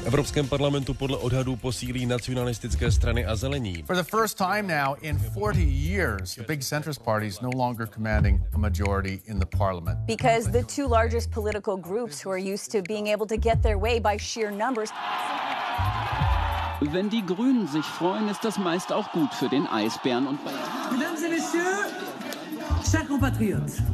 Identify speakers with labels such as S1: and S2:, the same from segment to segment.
S1: V Evropském parlamentu podle odhadů posílí nacionalistické strany a zelení.
S2: For the first time now in 40 years, the big centrist parties no longer commanding a majority in the parliament.
S3: Because the two largest political groups who are used to being able to get their way by sheer numbers.
S4: Wenn die Grünen sich freuen, ist das meist auch gut für den Eisbären und
S5: Mesdames et messieurs, chers compatriotes.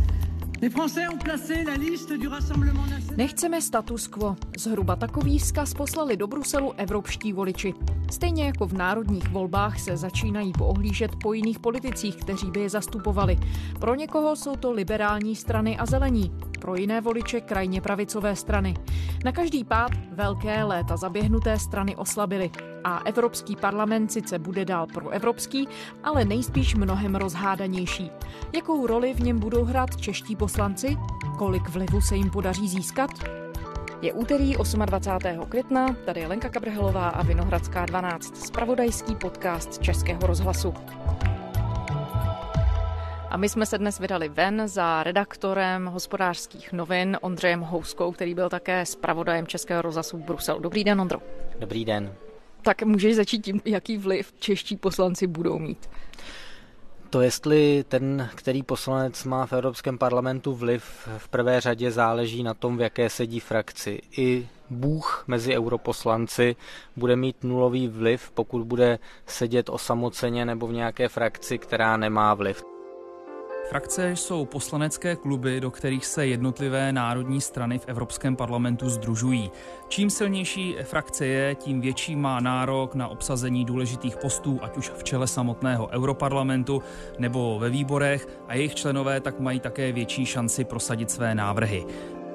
S6: Nechceme status quo. Zhruba takový vzkaz poslali do Bruselu evropští voliči. Stejně jako v národních volbách se začínají poohlížet po jiných politicích, kteří by je zastupovali. Pro někoho jsou to liberální strany a zelení, pro jiné voliče krajně pravicové strany. Na každý pád velké léta zaběhnuté strany oslabily. A Evropský parlament sice bude dál proevropský, ale nejspíš mnohem rozhádanější. Jakou roli v něm budou hrát čeští poslanci? Kolik vlivu se jim podaří získat? Je úterý 28. května, tady je Lenka Kabrhelová a Vinohradská 12, zpravodajský podcast Českého rozhlasu. A my jsme se dnes vydali ven za redaktorem Hospodářských novin Ondřejem Houskou, který byl také zpravodajem Českého rozhlasu v Bruselu. Dobrý den, Ondro.
S7: Dobrý den.
S6: Tak můžeš začít tím, jaký vliv čeští poslanci budou mít?
S7: To, jestli ten, který poslanec má v Evropském parlamentu vliv, v prvé řadě záleží na tom, v jaké sedí frakci. I bůh mezi europoslanci bude mít nulový vliv, pokud bude sedět osamoceně nebo v nějaké frakci, která nemá vliv.
S8: Frakce jsou poslanecké kluby, do kterých se jednotlivé národní strany v Evropském parlamentu sdružují. Čím silnější frakce je, tím větší má nárok na obsazení důležitých postů, ať už v čele samotného Europarlamentu nebo ve výborech, a jejich členové tak mají také větší šanci prosadit své návrhy.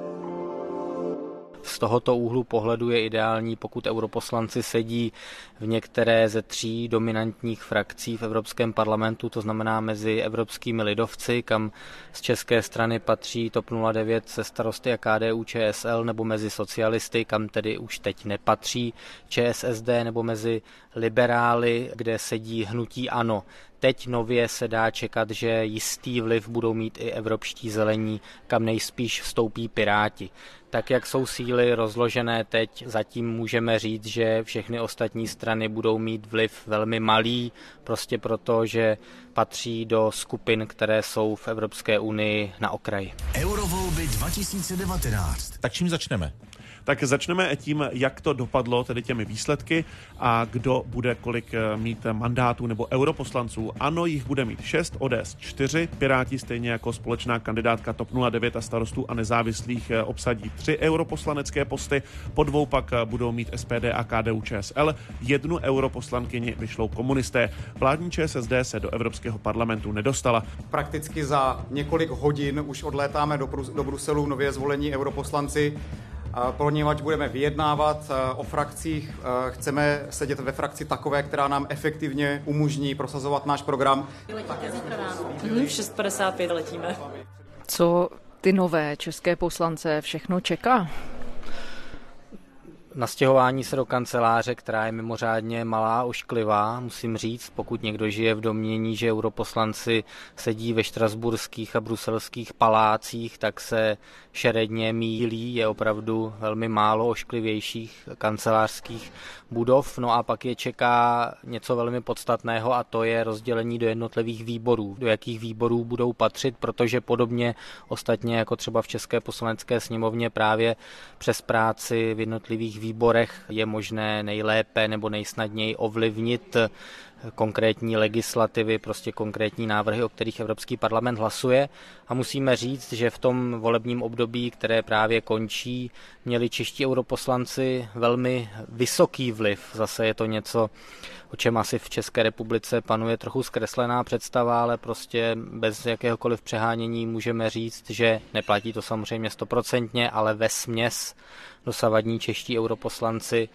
S7: Z tohoto úhlu pohledu je ideální, pokud europoslanci sedí v některé ze 3 dominantních frakcí v Evropském parlamentu, to znamená mezi evropskými lidovci, kam z české strany patří TOP 09 se Starosty a KDU ČSL, nebo mezi socialisty, kam tedy už teď nepatří ČSSD, nebo mezi liberály, kde sedí hnutí ANO. Teď nově se dá čekat, že jistý vliv budou mít i evropští zelení, kam nejspíš vstoupí Piráti. Tak jak jsou síly rozložené teď, zatím můžeme říct, že všechny ostatní strany budou mít vliv velmi malý, prostě proto, že patří do skupin, které jsou v Evropské unii na okraji.
S9: Eurovolby 2019.
S10: Tak čím začneme?
S11: Tak začneme tím, jak to dopadlo, tedy těmi výsledky a kdo bude kolik mít mandátů nebo europoslanců. ANO jich bude mít 6, ODS 4, Piráti stejně jako společná kandidátka TOP 09 a Starostů a nezávislých obsadí 3 europoslanecké posty, po 2 pak budou mít SPD a KDU ČSL, 1 europoslankyni vyšlou komunisté. Vládní ČSSD se do Evropského parlamentu nedostala.
S12: Prakticky za několik hodin už odlétáme do Bruselu nově zvolení europoslanci. Poněvadž budeme vyjednávat o frakcích, chceme sedět ve frakci takové, která nám efektivně umožní prosazovat náš program.
S13: Letíte zítra ráno? V 6:55 letíme.
S6: Co ty nové české poslance všechno čeká?
S7: Nastěhování se do kanceláře, která je mimořádně malá a ošklivá, musím říct, pokud někdo žije v domnění, že europoslanci sedí ve štrasburských a bruselských palácích, tak se šeredně mýlí, je opravdu velmi málo ošklivějších kancelářských budov. No a pak je čeká něco velmi podstatného, a to je rozdělení do jednotlivých výborů, do jakých výborů budou patřit, protože podobně ostatně jako třeba v České poslanecké sněmovně právě přes práci v jednotlivých výborech je možné nejlépe nebo nejsnadněji ovlivnit konkrétní legislativy, prostě konkrétní návrhy, o kterých Evropský parlament hlasuje. A musíme říct, že v tom volebním období, které právě končí, měli čeští europoslanci velmi vysoký vliv. Zase je to něco, o čem asi v České republice panuje trochu zkreslená představa, ale prostě bez jakéhokoliv přehánění můžeme říct, že neplatí to samozřejmě 100%, ale vesměs dosavadní čeští europoslanci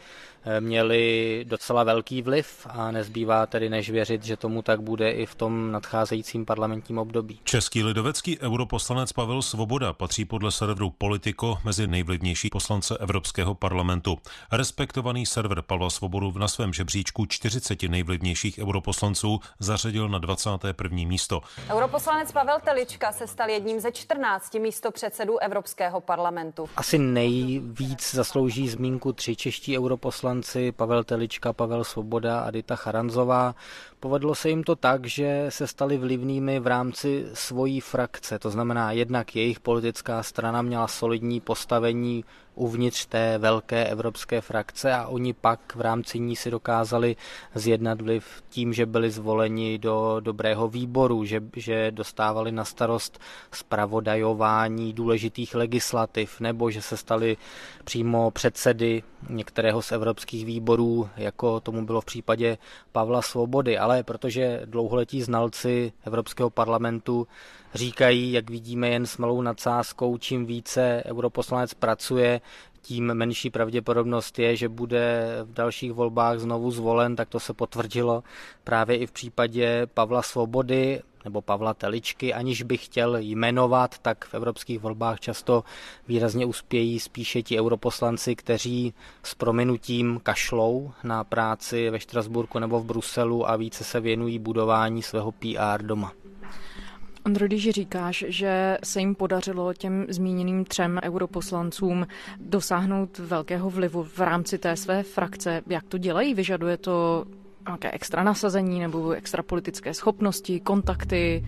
S7: měli docela velký vliv a nezbývá tedy než věřit, že tomu tak bude i v tom nadcházejícím parlamentním období.
S10: Český lidovecký europoslanec Pavel Svoboda patří podle serveru Politico mezi nejvlivnější poslance Evropského parlamentu. Respektovaný server Pavla Svobodu na svém žebříčku 40 nejvlivnějších europoslanců zařadil na 21. místo.
S14: Europoslanec Pavel Telička se stal jedním ze 14 místopředsedů Evropského parlamentu.
S7: Asi nejvíc zaslouží zmínku 3 čeští europoslanci, Pavel Telička, Pavel Svoboda a Dita Charanzová. Povedlo se jim to tak, že se stali vlivnými v rámci svojí frakce. To znamená, jednak jejich politická strana měla solidní postavení uvnitř té velké evropské frakce a oni pak v rámci ní si dokázali zjednat vliv tím, že byli zvoleni do dobrého výboru, že dostávali na starost zpravodajování důležitých legislativ, nebo že se stali přímo předsedy některého z evropských výborů, jako tomu bylo v případě Pavla Svobody. Ale protože dlouholetí znalci Evropského parlamentu říkají, jak vidíme jen s malou nadsázkou, čím více europoslanec pracuje, tím menší pravděpodobnost je, že bude v dalších volbách znovu zvolen, tak to se potvrdilo právě i v případě Pavla Svobody nebo Pavla Teličky, aniž bych chtěl jmenovat, tak v evropských volbách často výrazně uspějí spíše ti europoslanci, kteří s prominutím kašlou na práci ve Štrasburku nebo v Bruselu a více se věnují budování svého PR doma.
S6: Ondro, když říkáš, že se jim podařilo těm zmíněným 3 europoslancům dosáhnout velkého vlivu v rámci té své frakce, jak to dělají? Vyžaduje to nějaké extra nasazení nebo extra politické schopnosti, kontakty?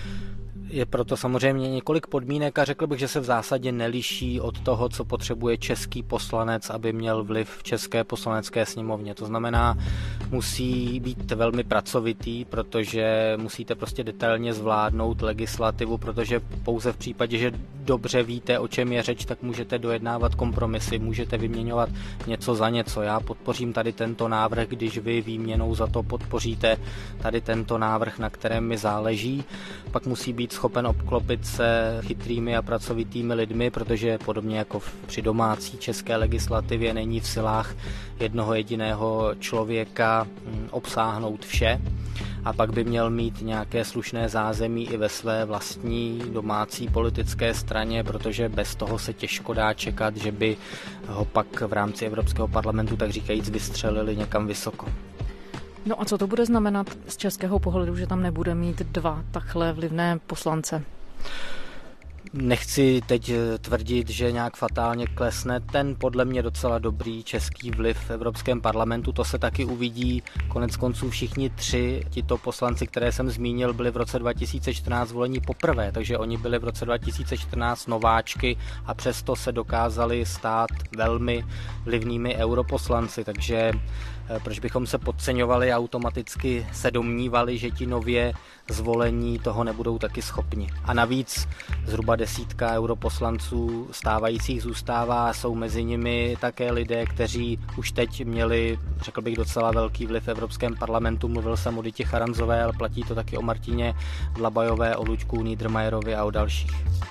S7: Je proto samozřejmě několik podmínek a řekl bych, že se v zásadě neliší od toho, co potřebuje český poslanec, aby měl vliv v české poslanecké sněmovně. To znamená, musí být velmi pracovitý, protože musíte prostě detailně zvládnout legislativu, protože pouze v případě, že dobře víte, o čem je řeč, tak můžete dojednávat kompromisy, můžete vyměňovat něco za něco. Já podpořím tady tento návrh, když vy výměnou za to podpoříte tady tento návrh, na kterém mi záleží. Pak musí být schopen obklopit se chytrými a pracovitými lidmi, protože podobně jako při domácí české legislativě není v silách jednoho jediného člověka obsáhnout vše. A pak by měl mít nějaké slušné zázemí i ve své vlastní domácí politické straně, protože bez toho se těžko dá čekat, že by ho pak v rámci Evropského parlamentu tak říkajíc vystřelili někam vysoko.
S6: No a co to bude znamenat z českého pohledu, že tam nebude mít 2 takhle vlivné poslance?
S7: Nechci teď tvrdit, že nějak fatálně klesne ten podle mě docela dobrý český vliv v Evropském parlamentu. To se taky uvidí. Konec konců všichni 3 tito poslanci, které jsem zmínil, byli v roce 2014 zvolení poprvé, takže oni byli v roce 2014 nováčky a přesto se dokázali stát velmi vlivnými europoslanci, takže proč bychom se podceňovali a automaticky se domnívali, že ti nově zvolení toho nebudou taky schopni. A navíc zhruba 10 europoslanců stávajících zůstává, jsou mezi nimi také lidé, kteří už teď měli, řekl bych, docela velký vliv v Evropském parlamentu. Mluvil jsem o Ditě Charanzové, ale platí to taky o Martině Dlabajové, o Luďku Niedermayerovi a o dalších.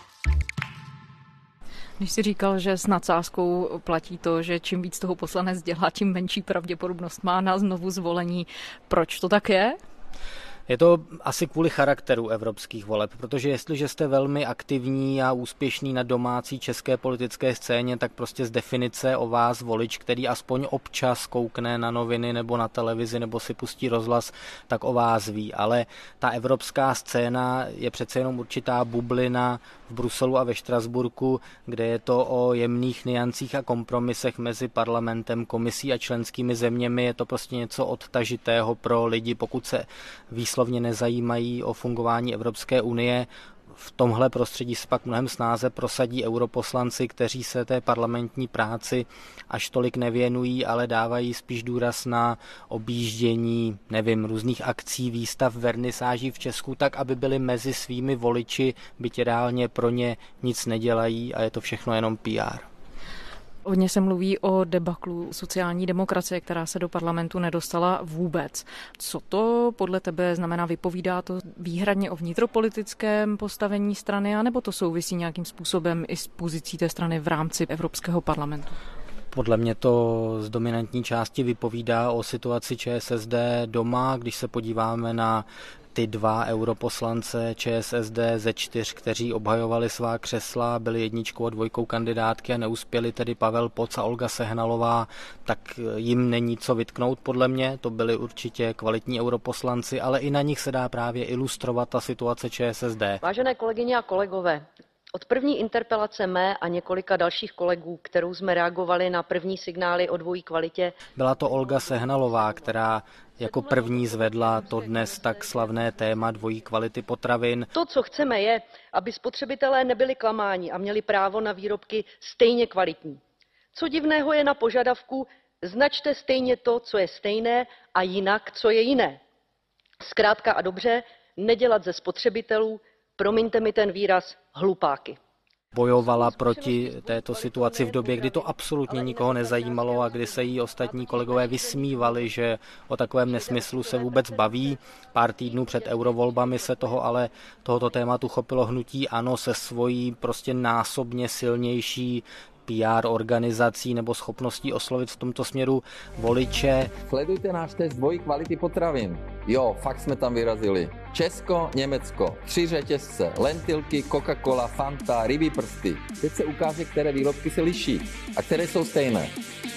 S6: Když jsi říkal, že s nadsázkou platí to, že čím víc toho poslanec dělá, tím menší pravděpodobnost má na znovu zvolení. Proč to tak je?
S7: Je to asi kvůli charakteru evropských voleb, protože jestliže jste velmi aktivní a úspěšný na domácí české politické scéně, tak prostě z definice o vás volič, který aspoň občas koukne na noviny nebo na televizi nebo si pustí rozhlas, tak o vás ví. Ale ta evropská scéna je přece jenom určitá bublina v Bruselu a ve Štrasburku, kde je to o jemných niancích a kompromisech mezi parlamentem, komisí a členskými zeměmi. Je to prostě něco odtažitého pro lidi, pokud se výslovně nezajímají o fungování Evropské unie. V tomhle prostředí se pak mnohem snáze prosadí europoslanci, kteří se té parlamentní práci až tolik nevěnují, ale dávají spíš důraz na objíždění, různých akcí, výstav, vernisáží v Česku, tak, aby byli mezi svými voliči, byť reálně pro ně nic nedělají a je to všechno jenom PR.
S6: Hodně se mluví o debaklu sociální demokracie, která se do parlamentu nedostala vůbec. Co to podle tebe znamená? Vypovídá to výhradně o vnitropolitickém postavení strany, anebo to souvisí nějakým způsobem i s pozicí té strany v rámci Evropského parlamentu?
S7: Podle mě to z dominantní části vypovídá o situaci ČSSD doma, když se podíváme na ty 2 europoslance ČSSD ze 4, kteří obhajovali svá křesla, byli 1. a 2. kandidátky a neuspěli tedy Pavel Poc a Olga Sehnalová, tak jim není co vytknout podle mě, to byli určitě kvalitní europoslanci, ale i na nich se dá právě ilustrovat ta situace ČSSD.
S15: Vážené kolegyně a kolegové, od první interpelace mé a několika dalších kolegů, kterou jsme reagovali na první signály o dvojí kvalitě,
S7: byla to Olga Sehnalová, která jako první zvedla to dnes tak slavné téma dvojí kvality potravin.
S15: To, co chceme, je, aby spotřebitelé nebyli klamáni a měli právo na výrobky stejně kvalitní. Co divného je na požadavku, značte stejně to, co je stejné, a jinak, co je jiné. Zkrátka a dobře, nedělat ze spotřebitelů, promiňte mi ten výraz, hlupáky.
S7: Bojovala proti této situaci v době, kdy to absolutně nikoho nezajímalo a kdy se jí ostatní kolegové vysmívali, že o takovém nesmyslu se vůbec baví. Pár týdnů před eurovolbami se tohoto tématu chopilo hnutí ANO se svojí prostě násobně silnější PR organizací nebo schopností oslovit v tomto směru voliče.
S16: Sledujte náš test dvojí kvality potravin. Jo, fakt jsme tam vyrazili. Česko, Německo, 3 řetězce, lentilky, Coca-Cola, Fanta, rybí prsty. Teď se ukáže, které výrobky se liší a které jsou stejné.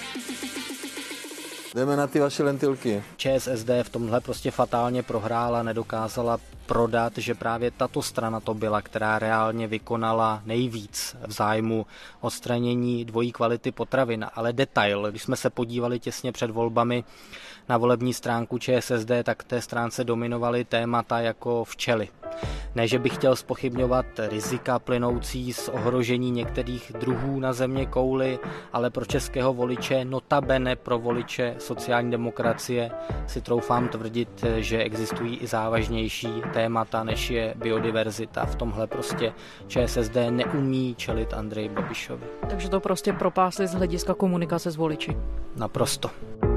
S16: Jdeme na ty vaše lentilky.
S7: ČSSD v tomhle prostě fatálně prohrála, nedokázala prodat, že právě tato strana to byla, která reálně vykonala nejvíc v zájmu odstranění dvojí kvality potravin. Ale detail, když jsme se podívali těsně před volbami na volební stránku ČSSD, tak té stránce dominovaly témata jako včely. Ne, že bych chtěl zpochybňovat rizika plynoucí z ohrožení některých druhů na země kouli, ale pro českého voliče, notabene pro voliče sociální demokracie, si troufám tvrdit, že existují i závažnější témata, než je biodiverzita. V tomhle prostě ČSSD neumí čelit Andreji Babišovi.
S6: Takže to prostě propásli z hlediska komunikace s voliči.
S7: Naprosto.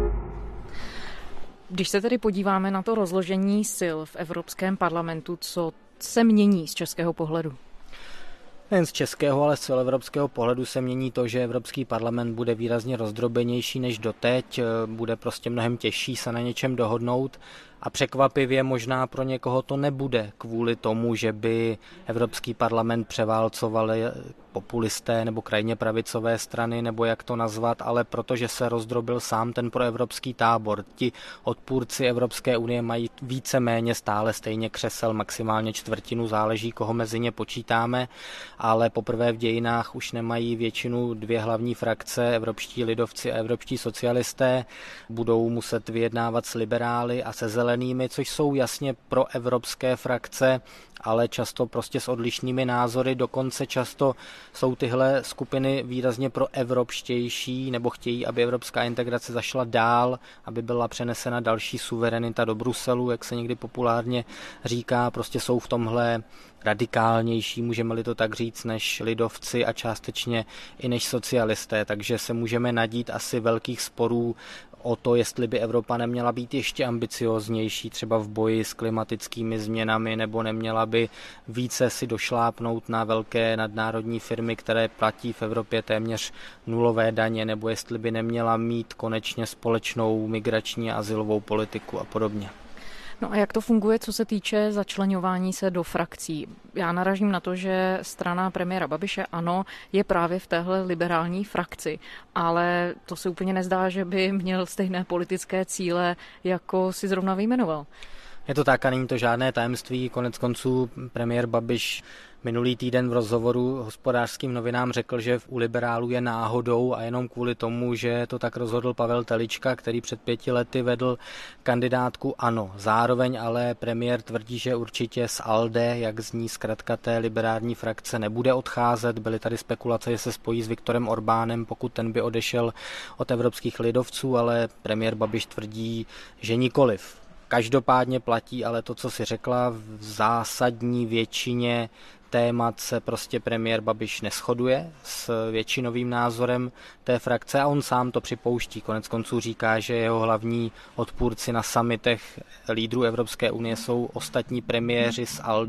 S6: Když se tedy podíváme na to rozložení sil v Evropském parlamentu, co se mění z českého pohledu?
S7: Nejen z českého, ale z celoevropského pohledu se mění to, že Evropský parlament bude výrazně rozdrobenější než doteď, bude prostě mnohem těžší se na něčem dohodnout a překvapivě možná pro někoho to nebude kvůli tomu, že by Evropský parlament převálcovali populisté nebo krajně pravicové strany, nebo jak to nazvat, ale protože se rozdrobil sám ten proevropský tábor. Ti odpůrci Evropské unie mají víceméně stále stejně křesel, maximálně čtvrtinu, záleží, koho mezi ně počítáme, ale poprvé v dějinách už nemají většinu 2 hlavní frakce, evropští lidovci a evropští socialisté, budou muset vyjednávat s liberály a se zelenými, což jsou jasně proevropské frakce, ale často prostě s odlišnými názory, dokonce často jsou tyhle skupiny výrazně proevropštější nebo chtějí, aby evropská integrace zašla dál, aby byla přenesena další suverenita do Bruselu, jak se někdy populárně říká, prostě jsou v tomhle radikálnější, můžeme-li to tak říct, než lidovci a částečně i než socialisté, takže se můžeme nadít asi velkých sporů o to, jestli by Evropa neměla být ještě ambicioznější třeba v boji s klimatickými změnami, nebo neměla by více si došlápnout na velké nadnárodní firmy, které platí v Evropě téměř nulové daně, nebo jestli by neměla mít konečně společnou migrační a azylovou politiku a podobně.
S6: No a jak to funguje, co se týče začleňování se do frakcí? Já naražím na to, že strana premiéra Babiše, ANO, je právě v téhle liberální frakci, ale to se úplně nezdá, že by měl stejné politické cíle, jako si zrovna vyjmenoval.
S7: Je to tak a není to žádné tajemství. Konec konců premiér Babiš minulý týden v rozhovoru Hospodářským novinám řekl, že u liberálů je náhodou a jenom kvůli tomu, že to tak rozhodl Pavel Telička, který před 5 lety vedl kandidátku ANO. Zároveň ale premiér tvrdí, že určitě z ALDE, jak zní zkratka té liberální frakce, nebude odcházet. Byly tady spekulace, že se spojí s Viktorem Orbánem, pokud ten by odešel od evropských lidovců, ale premiér Babiš tvrdí, že nikoliv. Každopádně platí ale to, co si řekla, v zásadní většině témat se prostě premiér Babiš neshoduje s většinovým názorem té frakce a on sám to připouští. Konec konců říká, že jeho hlavní odpůrci na summitech lídrů Evropské unie jsou ostatní premiéři z ALDE,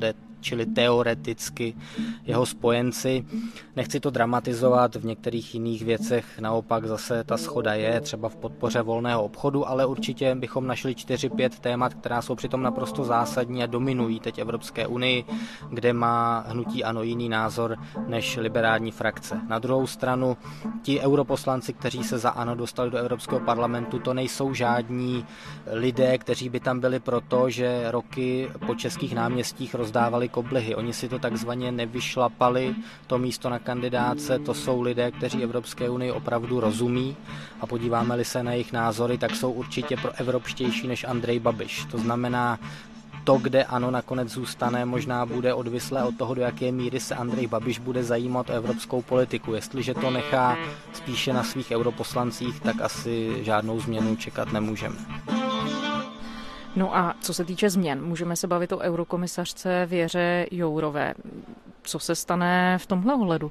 S7: čili teoreticky jeho spojenci. Nechci to dramatizovat, v některých jiných věcech naopak zase ta shoda je, třeba v podpoře volného obchodu, ale určitě bychom našli 4-5 témat, která jsou přitom naprosto zásadní a dominují teď Evropské unii, kde má hnutí ANO jiný názor než liberální frakce. Na druhou stranu ti europoslanci, kteří se za ANO dostali do Evropského parlamentu, to nejsou žádní lidé, kteří by tam byli proto, že roky po českých náměstích rozdávali koblihy. Oni si to takzvaně nevyšlapali, to místo na kandidáce, to jsou lidé, kteří Evropské unii opravdu rozumí a podíváme-li se na jejich názory, tak jsou určitě proevropštější než Andrej Babiš. To znamená, to, kde ANO nakonec zůstane, možná bude odvislé od toho, do jaké míry se Andrej Babiš bude zajímat o evropskou politiku. Jestliže to nechá spíše na svých europoslancích, tak asi žádnou změnu čekat nemůžeme.
S6: No a co se týče změn, můžeme se bavit o eurokomisařce Věře Jourové. Co se stane v tomhle ohledu?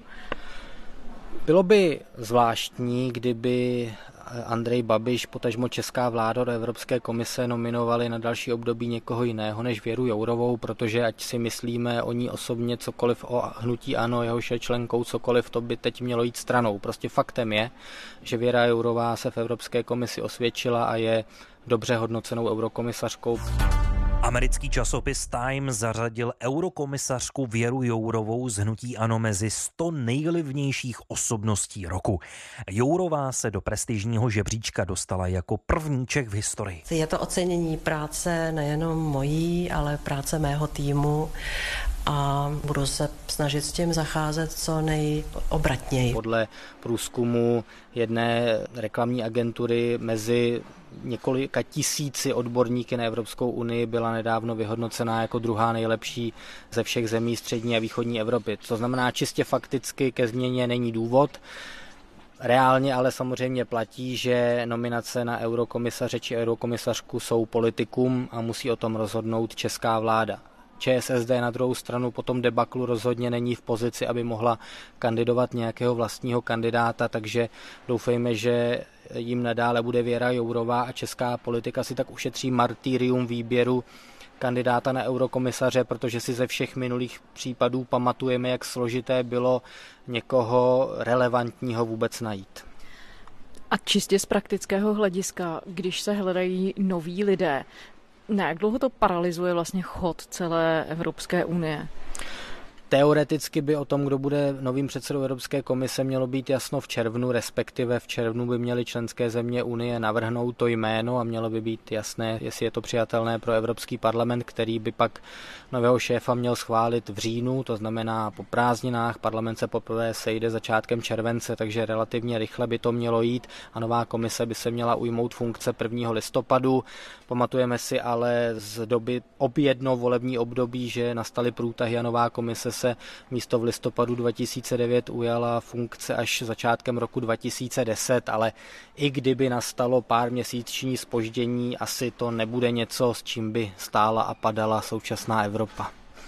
S7: Bylo by zvláštní, kdyby Andrej Babiš, potažmo česká vláda do Evropské komise nominovali na další období někoho jiného než Věru Jourovou, protože ať si myslíme o ní osobně cokoliv, o hnutí ANO, jehož je členkou cokoliv, to by teď mělo jít stranou. Prostě faktem je, že Věra Jourová se v Evropské komisi osvědčila a je dobře hodnocenou eurokomisařkou.
S17: Americký časopis Time zařadil eurokomisařku Věru Jourovou z hnutí ANO mezi 100 nejvlivnějších osobností roku. Jourová se do prestižního žebříčka dostala jako první Čech v historii.
S18: Je to ocenění práce nejenom mojí, ale práce mého týmu a budu se snažit s tím zacházet co nejobratněji.
S7: Podle průzkumu jedné reklamní agentury mezi několika tisíci odborníky na Evropskou unii byla nedávno vyhodnocená jako druhá nejlepší ze všech zemí střední a východní Evropy. To znamená, čistě fakticky ke změně není důvod. Reálně ale samozřejmě platí, že nominace na eurokomisaře či eurokomisařku jsou politikum a musí o tom rozhodnout česká vláda. ČSSD na druhou stranu po tom debaklu rozhodně není v pozici, aby mohla kandidovat nějakého vlastního kandidáta, takže doufejme, že jim nadále bude Věra Jourová a česká politika si tak ušetří martyrium výběru kandidáta na eurokomisaře, protože si ze všech minulých případů pamatujeme, jak složité bylo někoho relevantního vůbec najít.
S6: A čistě z praktického hlediska, když se hledají noví lidé, na jak dlouho to paralyzuje vlastně chod celé Evropské unie?
S7: Teoreticky by o tom, kdo bude novým předsedou Evropské komise, mělo být jasno v červnu, respektive v červnu by měly členské země Unie navrhnout to jméno a mělo by být jasné, jestli je to přijatelné pro Evropský parlament, který by pak nového šéfa měl schválit v říjnu, to znamená po prázdninách. Parlament se poprvé sejde začátkem července, takže relativně rychle by to mělo jít a nová komise by se měla ujmout funkce 1. listopadu. Pamatujeme si ale z doby jedno volební období, že nastaly průtahy a nová komise se místo v listopadu 2009 ujala funkce až začátkem roku 2010, ale i kdyby nastalo pár měsíční zpoždění, asi to nebude něco, s čím by stála a padala současná Evropa.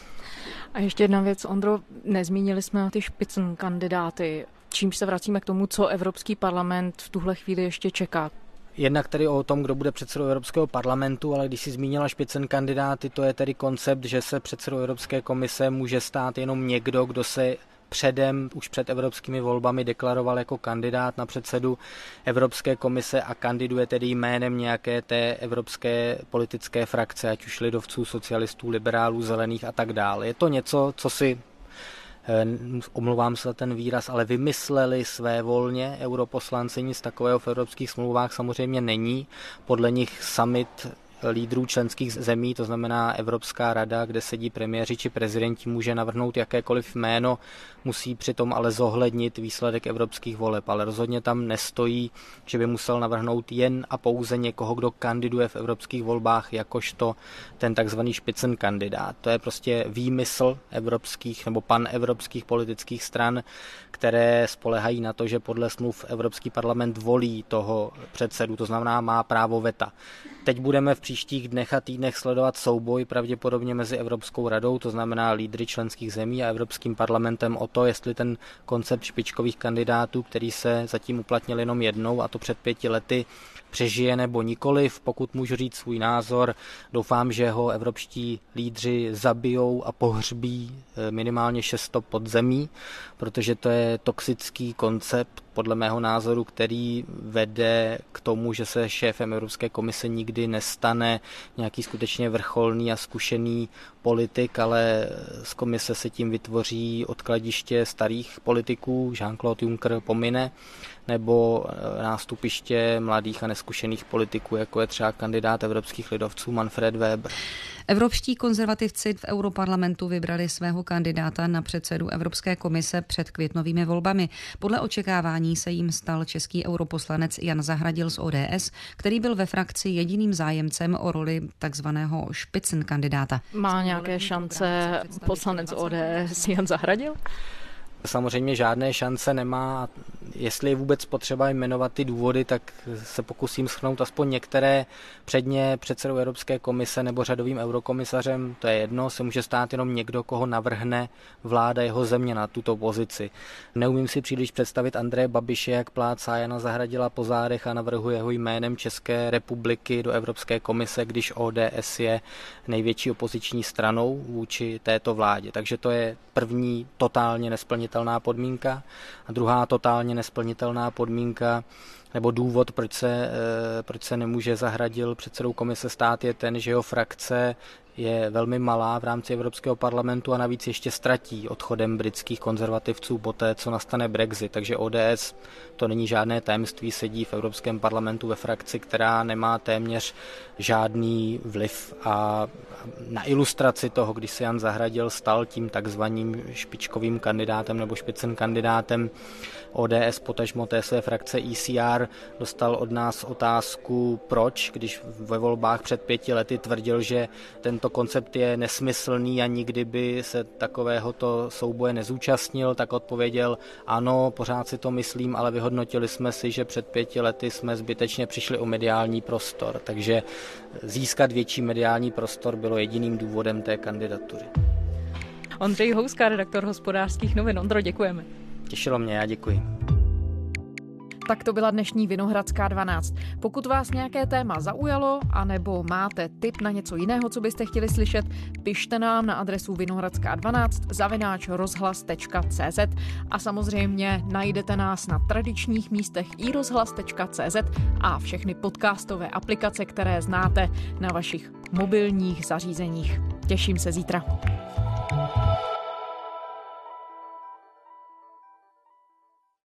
S6: A ještě jedna věc, Ondro, nezmínili jsme ty Spitzenkandidáty, čímž se vracíme k tomu, co Evropský parlament v tuhle chvíli ještě čeká.
S7: Jednak tedy o tom, kdo bude předsedou Evropského parlamentu, ale když si zmínila Spitzenkandidáty, to je tedy koncept, že se předsedou Evropské komise může stát jenom někdo, kdo se předem, už před evropskými volbami deklaroval jako kandidát na předsedu Evropské komise a kandiduje tedy jménem nějaké té evropské politické frakce, ať už lidovců, socialistů, liberálů, zelených a tak dále. Je to něco, co si omlouvám se za ten výraz, ale vymysleli svévolně europoslanci, nic takového v evropských smlouvách samozřejmě není. Podle nich summit lídrů členských zemí, to znamená Evropská rada, kde sedí premiéři či prezidenti, může navrhnout jakékoliv jméno, musí přitom ale zohlednit výsledek evropských voleb, ale rozhodně tam nestojí, že by musel navrhnout jen a pouze někoho, kdo kandiduje v evropských volbách, jakožto ten takzvaný Spitzenkandidát. To je prostě výmysl evropských nebo panevropských politických stran, které spolehají na to, že podle smluv Evropský parlament volí toho předsedu, to znamená má právo veta. Teď budeme v příštích dnech a týdnech sledovat souboj pravděpodobně mezi Evropskou radou, to znamená lídry členských zemí, a Evropským parlamentem o to, jestli ten koncept špičkových kandidátů, který se zatím uplatnil jenom jednou, a to před 5 lety, přežije nebo nikoliv. Pokud můžu říct svůj názor, doufám, že ho evropští lídři zabijou a pohřbí minimálně 6 stop pod zemí, protože to je toxický koncept, podle mého názoru, který vede k tomu, že se šéfem Evropské komise nikdy nestane nějaký skutečně vrcholný a zkušený politik, ale z komise se tím vytvoří odkladiště starých politiků, Jean-Claude Juncker pomine, nebo nástupiště mladých a neskušených politiků, jako je třeba kandidát evropských lidovců Manfred Weber.
S19: Evropští konzervativci v Europarlamentu vybrali svého kandidáta na předsedu Evropské komise před květnovými volbami. Podle očekávání se jim stal český europoslanec Jan Zahradil z ODS, který byl ve frakci jediným zájemcem o roli takzvaného špicenkandidáta.
S6: Má nějaké šance poslanec ODS Jan Zahradil?
S7: Samozřejmě žádné šance nemá. Jestli je vůbec potřeba jmenovat ty důvody, tak se pokusím shrnout aspoň některé. Předně předsedou Evropské komise nebo řadovým eurokomisařem, to je jedno, se může stát jenom někdo, koho navrhne vláda jeho země na tuto pozici. Neumím si příliš představit Andreje Babiše, jak plácá Jana Zahradila po zádech a navrhuje ho jménem České republiky do Evropské komise, když ODS je největší opoziční stranou vůči této vládě. Takže to je první totálně nesplnitelná podmínka. A druhá totálně nesplnitelná podmínka nebo důvod, proč se nemůže Zahradil předsedou komise stát, je ten, že jeho frakce je velmi malá v rámci Evropského parlamentu a navíc ještě ztratí odchodem britských konzervativců poté, co nastane Brexit. Takže ODS, to není žádné tajemství, sedí v Evropském parlamentu ve frakci, která nemá téměř žádný vliv. A na ilustraci toho, když se Jan Zahradil stal tím takzvaným špičkovým kandidátem nebo špicen kandidátem ODS, potažmo té své frakce ECR, dostal od nás otázku, proč, když ve volbách před 5 lety tvrdil, že tento koncept je nesmyslný a nikdy by se takovéhoto souboje nezúčastnil, tak odpověděl, ano, pořád si to myslím, ale vyhodnotili jsme si, že před 5 lety jsme zbytečně přišli o mediální prostor, takže získat větší mediální prostor bylo jediným důvodem té kandidatury.
S6: Ondřej Houska, redaktor Hospodářských novin. Ondro, děkujeme.
S7: Těšilo mě, já děkuji.
S6: Tak to byla dnešní Vinohradská 12. Pokud vás nějaké téma zaujalo, anebo máte tip na něco jiného, co byste chtěli slyšet, pište nám na adresu vinohradská12@rozhlas.cz a samozřejmě najdete nás na tradičních místech iRozhlas.cz a všechny podcastové aplikace, které znáte na vašich mobilních zařízeních. Těším se zítra.